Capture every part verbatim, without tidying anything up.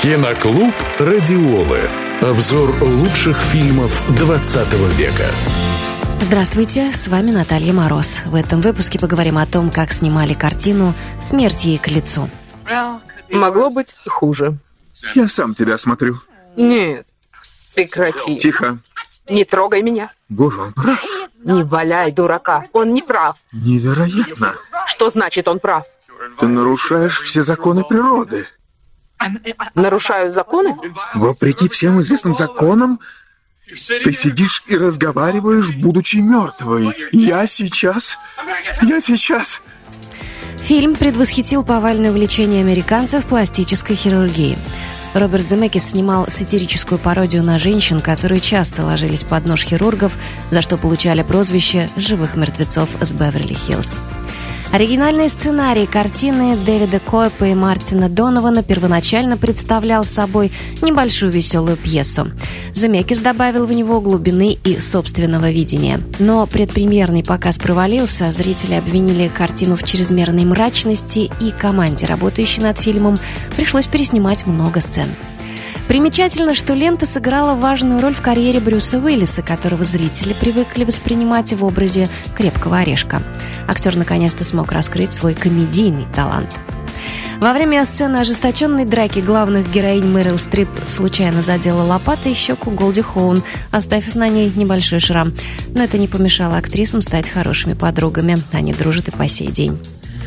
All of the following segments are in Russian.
Киноклуб «Радиолы». Обзор лучших фильмов двадцатого века. Здравствуйте, с вами Наталья Мороз. В этом выпуске поговорим о том, как снимали картину «Смерть ей к лицу». Могло быть хуже. Я сам тебя смотрю. Нет, прекрати. Тихо. Не трогай меня. Боже, он прав. Не валяй дурака, он не прав. Невероятно. Что значит он прав? Ты нарушаешь все законы природы. Нарушаю законы? Вопреки всем известным законам, ты сидишь и разговариваешь, будучи мертвой. Я сейчас... Я сейчас... Фильм предвосхитил повальное увлечение американцев пластической хирургией. Роберт Земекис снимал сатирическую пародию на женщин, которые часто ложились под нож хирургов, за что получали прозвище «живых мертвецов с Беверли-Хиллз». Оригинальный сценарий картины Дэвида Коэпа и Мартина Донована первоначально представлял собой небольшую веселую пьесу. Земекис добавил в него глубины и собственного видения. Но предпремьерный показ провалился, зрители обвинили картину в чрезмерной мрачности, и команде, работающей над фильмом, пришлось переснимать много сцен. Примечательно, что лента сыграла важную роль в карьере Брюса Уиллиса, которого зрители привыкли воспринимать в образе крепкого орешка. Актер наконец-то смог раскрыть свой комедийный талант. Во время сцены ожесточенной драки главных героинь Мэрил Стрип случайно задела лопатой щеку Голди Хоун, оставив на ней небольшой шрам. Но это не помешало актрисам стать хорошими подругами. Они дружат и по сей день.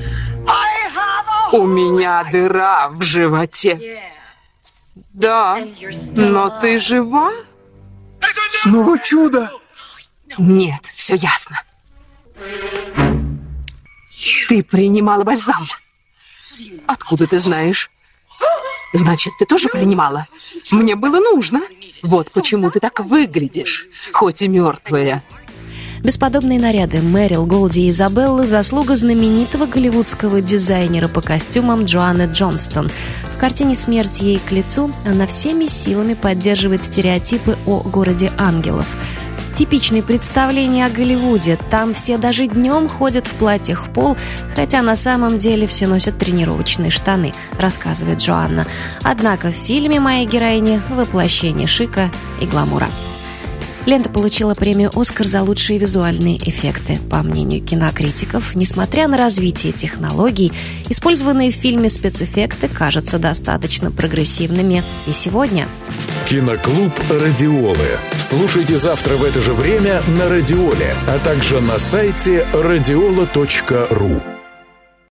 У меня дыра в животе. Да, но ты жива? Снова чудо? Нет, все ясно. Ты принимала бальзам. Откуда ты знаешь? Значит, ты тоже принимала? Мне было нужно. Вот почему ты так выглядишь, хоть и мертвая. Бесподобные наряды Мэрил, Голди и Изабеллы – заслуга знаменитого голливудского дизайнера по костюмам Джоанны Джонстон. В картине «Смерть ей к лицу» она всеми силами поддерживает стереотипы о городе ангелов. Типичные представления о Голливуде. Там все даже днем ходят в платьях в пол, хотя на самом деле все носят тренировочные штаны, рассказывает Джоанна. Однако в фильме моей героини воплощение шика и гламура. Лента получила премию «Оскар» за лучшие визуальные эффекты. По мнению кинокритиков, несмотря на развитие технологий, использованные в фильме спецэффекты кажутся достаточно прогрессивными и сегодня. Киноклуб «Радиолы». Слушайте завтра в это же время на Радиоле, а также на сайте радиола точка ру.